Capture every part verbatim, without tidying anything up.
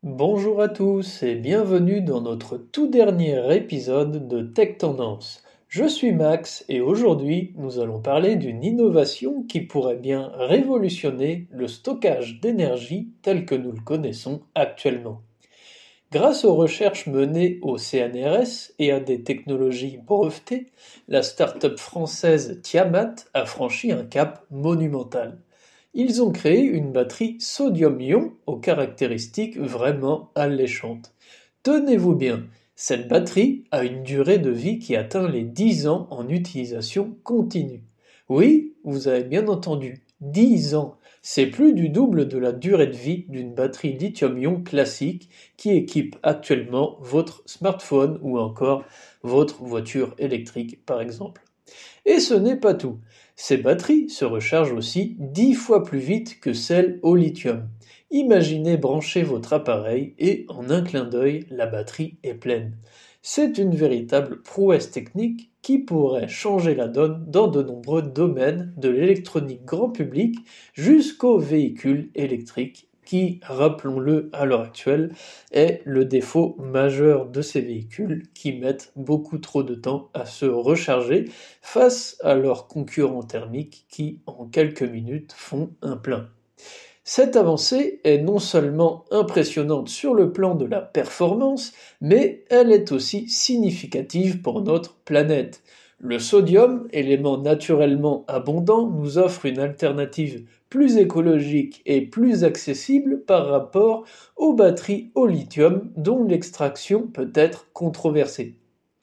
Bonjour à tous et bienvenue dans notre tout dernier épisode de Tech Tendance. Je suis Max et aujourd'hui nous allons parler d'une innovation qui pourrait bien révolutionner le stockage d'énergie tel que nous le connaissons actuellement. Grâce aux recherches menées au C N R S et à des technologies brevetées, la start-up française Tiamat a franchi un cap monumental. Ils ont créé une batterie sodium-ion aux caractéristiques vraiment alléchantes. Tenez-vous bien, cette batterie a une durée de vie qui atteint les dix ans en utilisation continue. Oui, vous avez bien entendu, dix ans. C'est plus du double de la durée de vie d'une batterie lithium-ion classique qui équipe actuellement votre smartphone ou encore votre voiture électrique par exemple. Et ce n'est pas tout. Ces batteries se rechargent aussi dix fois plus vite que celles au lithium. Imaginez brancher votre appareil et en un clin d'œil, la batterie est pleine. C'est une véritable prouesse technique qui pourrait changer la donne dans de nombreux domaines de l'électronique grand public jusqu'aux véhicules électriques qui, rappelons-le à l'heure actuelle, est le défaut majeur de ces véhicules qui mettent beaucoup trop de temps à se recharger face à leurs concurrents thermiques qui, en quelques minutes, font un plein. Cette avancée est non seulement impressionnante sur le plan de la performance, mais elle est aussi significative pour notre planète. Le sodium, élément naturellement abondant, nous offre une alternative plus écologique et plus accessible par rapport aux batteries au lithium dont l'extraction peut être controversée.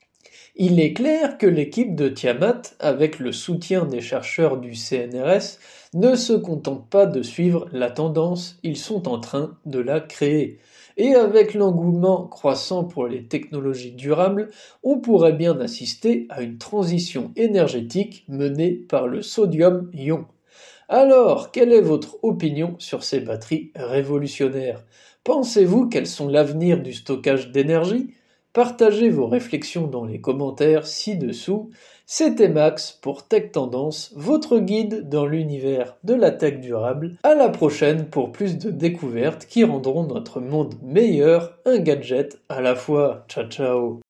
Il est clair que l'équipe de Tiamat, avec le soutien des chercheurs du C N R S, ne se contente pas de suivre la tendance, ils sont en train de la créer. Et avec l'engouement croissant pour les technologies durables, on pourrait bien assister à une transition énergétique menée par le sodium-ion. Alors, quelle est votre opinion sur ces batteries révolutionnaires? Pensez-vous qu'elles sont l'avenir du stockage d'énergie? Partagez vos réflexions dans les commentaires ci-dessous. C'était Max pour Tech Tendance, votre guide dans l'univers de la tech durable. À la prochaine pour plus de découvertes qui rendront notre monde meilleur, un gadget à la fois. Ciao ciao.